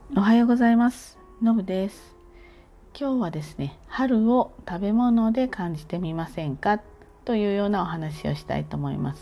おはようございます。のぶです。今日はですね、春を食べ物で感じてみませんかというようなお話をしたいと思います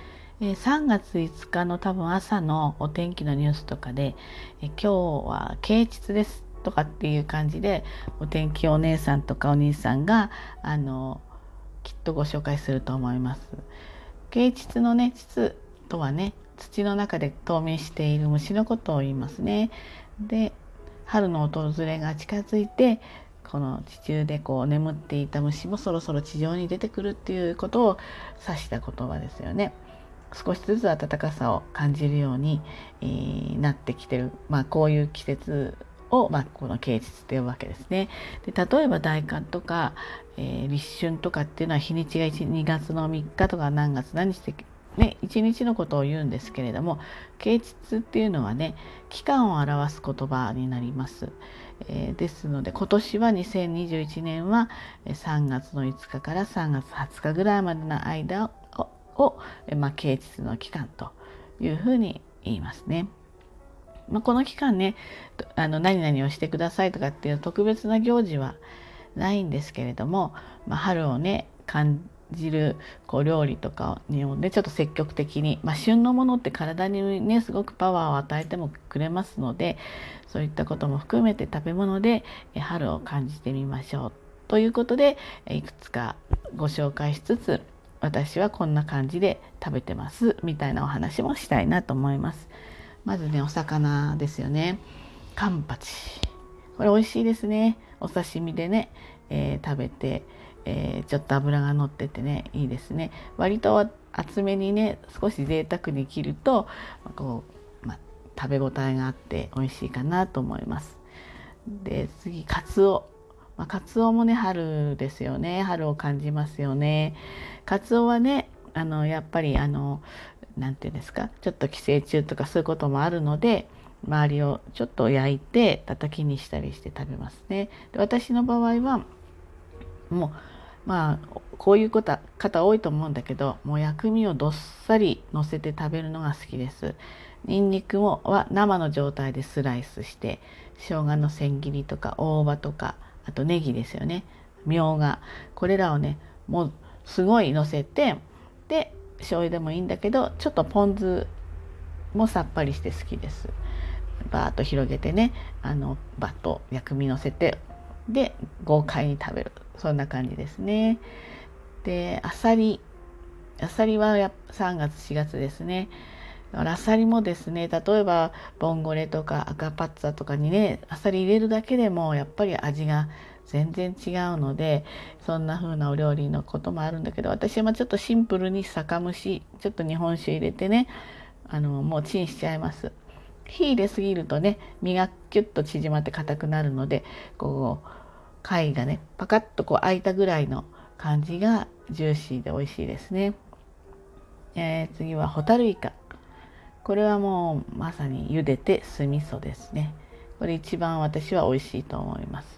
。3月5日の多分朝のお天気のニュースとかで、今日は啓蟄ですとかっていう感じでお天気お姉さんとかお兄さんがきっとご紹介すると思います。啓蟄のね、蟄とはね、土の中で冬眠している虫のことを言いますね。で、春の訪れが近づいて、この地中でこう眠っていた虫もそろそろ地上に出てくるっていうことを指した言葉ですよね。少しずつ暖かさを感じるように、なってきてる、こういう季節を、この啓蟄というわけですね。で、例えば大寒とか、立春とかっていうのは日にちが2月の3日とか何月何日ってね、一日のことを言うんですけれども、啓蟄っていうのはね、期間を表す言葉になります。ですので今年は2021年は3月の5日から3月20日ぐらいまでの間を啓蟄の期間というふうに言いますね。この期間ね、何々をしてくださいとかっていう特別な行事はないんですけれども、春をね感じるこう料理とかにもねちょっと積極的に、旬のものって体にねすごくパワーを与えてもくれますので、そういったことも含めて食べ物で春を感じてみましょうということで、いくつかご紹介しつつ、私はこんな感じで食べてますみたいなお話もしたいなと思います。まずね、お魚ですよね。カンパチ、これ美味しいですね。お刺身でね、食べて、ちょっと脂が乗っててねいいですね。割と厚めにね少し贅沢に切るとこう、食べ応えがあって美味しいかなと思います。で、次カツオ、カツオもね春ですよね。春を感じますよね。カツオはねやっぱりなんていうんですか、ちょっと寄生虫とかそういうこともあるので、周りをちょっと焼いて叩きにしたりして食べますね。で、私の場合はもうこういう方多いと思うんだけど、もう薬味をどっさり乗せて食べるのが好きです。ニンニクは生の状態でスライスして、生姜の千切りとか大葉とか、あとネギですよね、みょうが、これらをねもうすごい乗せて、で醤油でもいいんだけど、ちょっとポン酢もさっぱりして好きです。バーッと広げてね、バッと薬味乗せて、で豪快に食べる、そんな感じですね。で、アサリは3月4月ですね。アサリもですね、例えばボンゴレとか赤パッツァとかにねアサリ入れるだけでもやっぱり味が全然違うので、そんな風なお料理のこともあるんだけど、私はちょっとシンプルに酒蒸し、ちょっと日本酒入れてね、もうチンしちゃいます。火入れすぎるとね身がキュッと縮まって硬くなるので、こう貝がねパカッとこう開いたぐらいの感じがジューシーで美味しいですね。次はホタルイカ、これはもうまさに茹でて酢味噌ですね。これ一番私は美味しいと思います。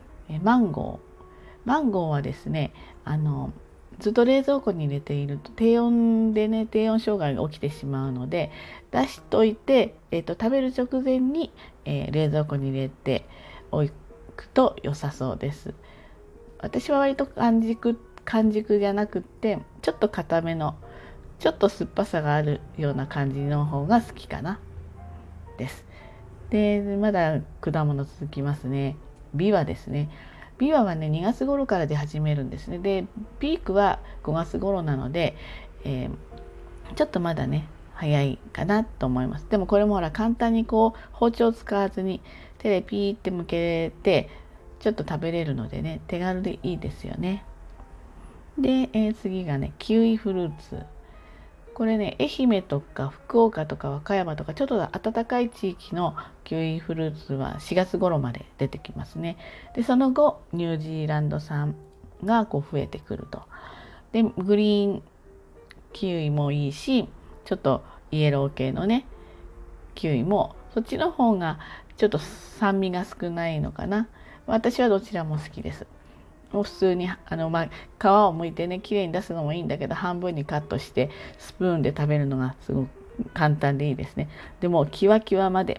マンゴーはですね、ずっと冷蔵庫に入れていると低温でね、低温障害が起きてしまうので、出しといて、食べる直前に、冷蔵庫に入れておくと良さそうです。私は割と完熟じゃなくって、ちょっと固めの、ちょっと酸っぱさがあるような感じの方が好きかなです。で、まだ果物続きますね。ビワですね。ビワはね2月頃から出始めるんですね。で、ピークは5月頃なので、ちょっとまだね早いかなと思います。でもこれもほら簡単にこう包丁を使わずに手でピーって向けてちょっと食べれるのでね、手軽でいいですよね。で、次がねキウイフルーツ。これね、愛媛とか福岡とか和歌山とかちょっと暖かい地域のキウイフルーツは4月頃まで出てきますね。で、その後ニュージーランド産がこう増えてくると。で、グリーンキウイもいいし、ちょっとイエロー系のねキウイも、そっちの方がちょっと酸味が少ないのかな。私はどちらも好きです。もう普通に皮を剥いてね綺麗に出すのもいいんだけど、半分にカットしてスプーンで食べるのがすごく簡単でいいですね。でもキワキワまで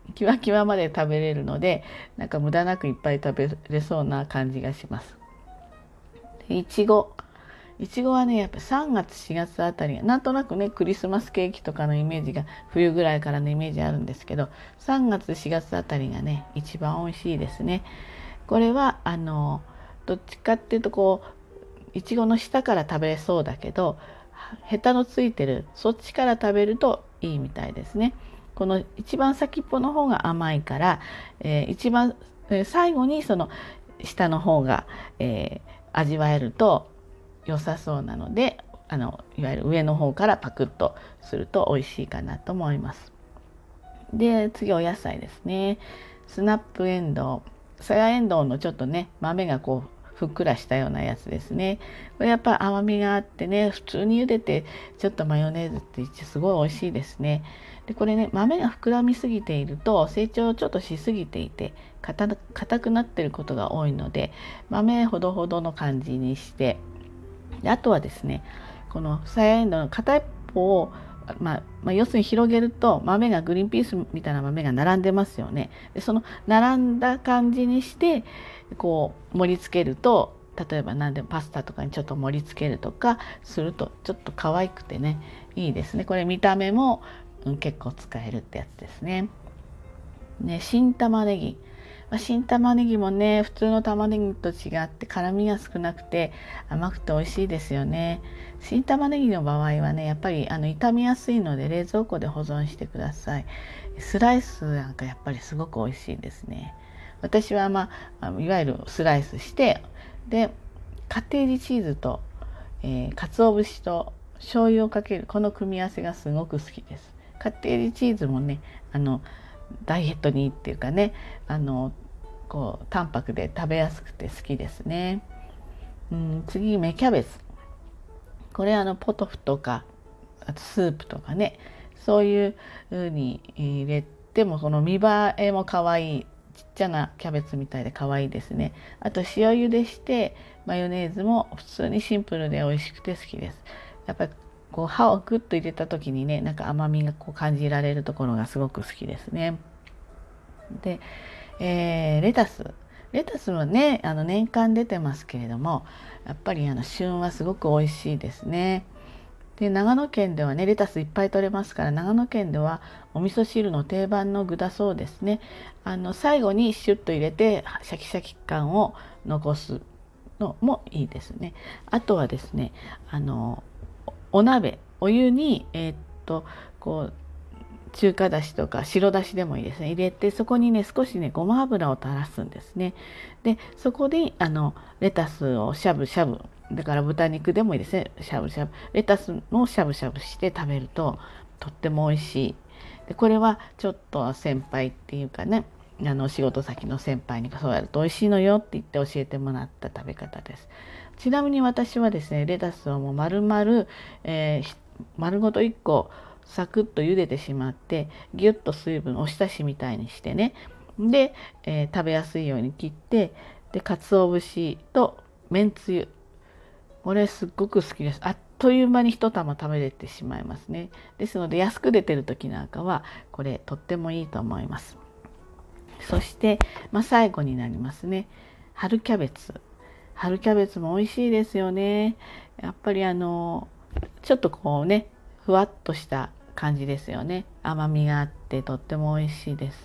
キワキワまで食べれるので、なんか無駄なくいっぱい食べれそうな感じがします。でいちごはねやっぱ3月4月あたりなんとなくねクリスマスケーキとかのイメージが冬ぐらいからのイメージあるんですけど、3月4月あたりがね一番美味しいですね。これはどっちかっていうとこういちごの下から食べれそうだけど、ヘタのついてるそっちから食べるといいみたいですね。この一番先っぽの方が甘いから、一番、最後にその下の方が、味わえると良さそうなので、いわゆる上の方からパクッとすると美味しいかなと思います。で次お野菜ですね。スナップエンドウ、さやえんどうのちょっとね豆がこうふっくらしたようなやつですね。これやっぱ甘みがあってね、普通に茹でてちょっとマヨネーズってすごい美味しいですね。でこれね豆が膨らみすぎていると成長ちょっとしすぎていて硬くなっていることが多いので、豆ほどほどの感じにして、であとはですねこのさやえんどうの片一方を要するに広げると豆がグリーンピースみたいな豆が並んでますよね。でその並んだ感じにしてこう盛り付けると、例えば何でもパスタとかにちょっと盛り付けるとかするとちょっと可愛くてねいいですね。これ見た目も、結構使えるってやつですね。新玉ねぎ、新玉ねぎもね普通の玉ねぎと違って辛みが少なくて甘くて美味しいですよね。新玉ねぎの場合はねやっぱり傷みやすいので冷蔵庫で保存してください。スライスなんかやっぱりすごく美味しいですね。私はいわゆるスライスして、でカッテージチーズと、鰹節と醤油をかけるこの組み合わせがすごく好きです。カッテージチーズもねダイエットにいいっていうかねこう淡白で食べやすくて好きですね。次芽キャベツ、これポトフとかあとスープとかねそういう風に入れてもこの見栄えも可愛い、ちっちゃなキャベツみたいで可愛いですね。あと塩茹でしてマヨネーズも普通にシンプルで美味しくて好きです。やっぱりこう歯をグッと入れた時にねなんか甘みがこう感じられるところがすごく好きですね。で、レタスはね年間出てますけれども、やっぱり旬はすごく美味しいですね。で長野県ではねレタスいっぱい取れますから、長野県ではお味噌汁の定番の具だそうですね。最後にシュッと入れてシャキシャキ感を残すのもいいですね。あとはですねお鍋お湯にこう中華だしとか白だしでもいいですね入れて、そこにね少しねごま油を垂らすんですね。でそこでレタスをしゃぶしゃぶ、だから豚肉でもいいですね、しゃぶしゃぶレタスのしゃぶしゃぶして食べるととっても美味しい。でこれはちょっと先輩っていうかね仕事先の先輩にそうやると美味しいのよって言って教えてもらった食べ方です。ちなみに私はですねレタスをもう丸々、丸ごと1個サクッと茹でてしまってギュッと水分お浸しみたいにしてね、で、食べやすいように切って、で鰹節とめんつゆ、これすっごく好きです。あっという間に一玉食べれてしまいますね。ですので安く出てる時なんかはこれとってもいいと思います。そして、最後になりますね春キャベツ。春キャベツも美味しいですよね。やっぱりちょっとこうねふわっとした感じですよね。甘みがあってとっても美味しいです。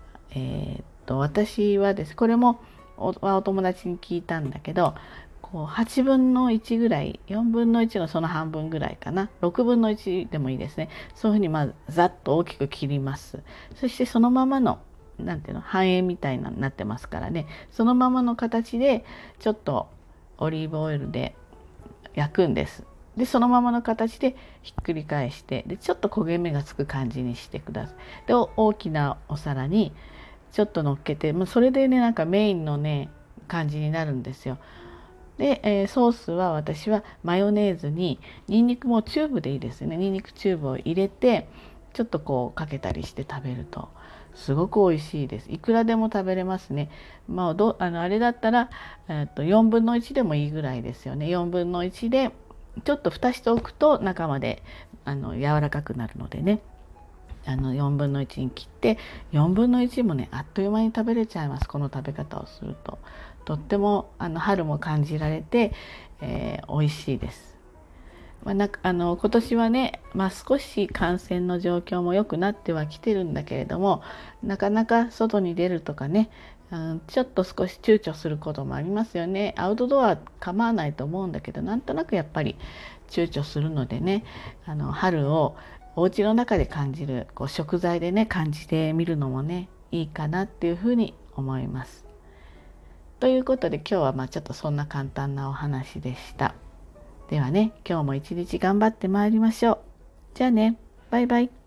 私はですこれもお友達に聞いたんだけど、こう8分の1ぐらい、4分の1のその半分ぐらいかな、6分の1でもいいですね。そういうふうにざっと大きく切ります。そしてそのままのなんていうの半円みたいになってますからね、そのままの形でちょっとオリーブオイルで焼くんです。でそのままの形でひっくり返して、でちょっと焦げ目がつく感じにしてください。で大きなお皿にちょっと乗っけて、それでねなんかメインのね感じになるんですよ。で、ソースは私はマヨネーズにニンニクもチューブでいいですよね。ニンニクチューブを入れてちょっとこうかけたりして食べるとすごく美味しいです。いくらでも食べれますね。あれだったら、4分の1でもいいぐらいですよね。4分の1でちょっと蓋しておくと中まで柔らかくなるのでね、 4分の1に切って、4分の1もねあっという間に食べれちゃいます。この食べ方をするととっても春も感じられて、美味しいです。今年はね、少し感染の状況も良くなってはきてるんだけれども、なかなか外に出るとかね、ちょっと少し躊躇することもありますよね。アウトドア構わないと思うんだけど、なんとなくやっぱり躊躇するのでね、春をお家の中で感じる食材でね感じてみるのもねいいかなっていうふうに思います。ということで今日はちょっとそんな簡単なお話でした。ではね、今日も一日頑張ってまいりましょう。じゃあね、バイバイ。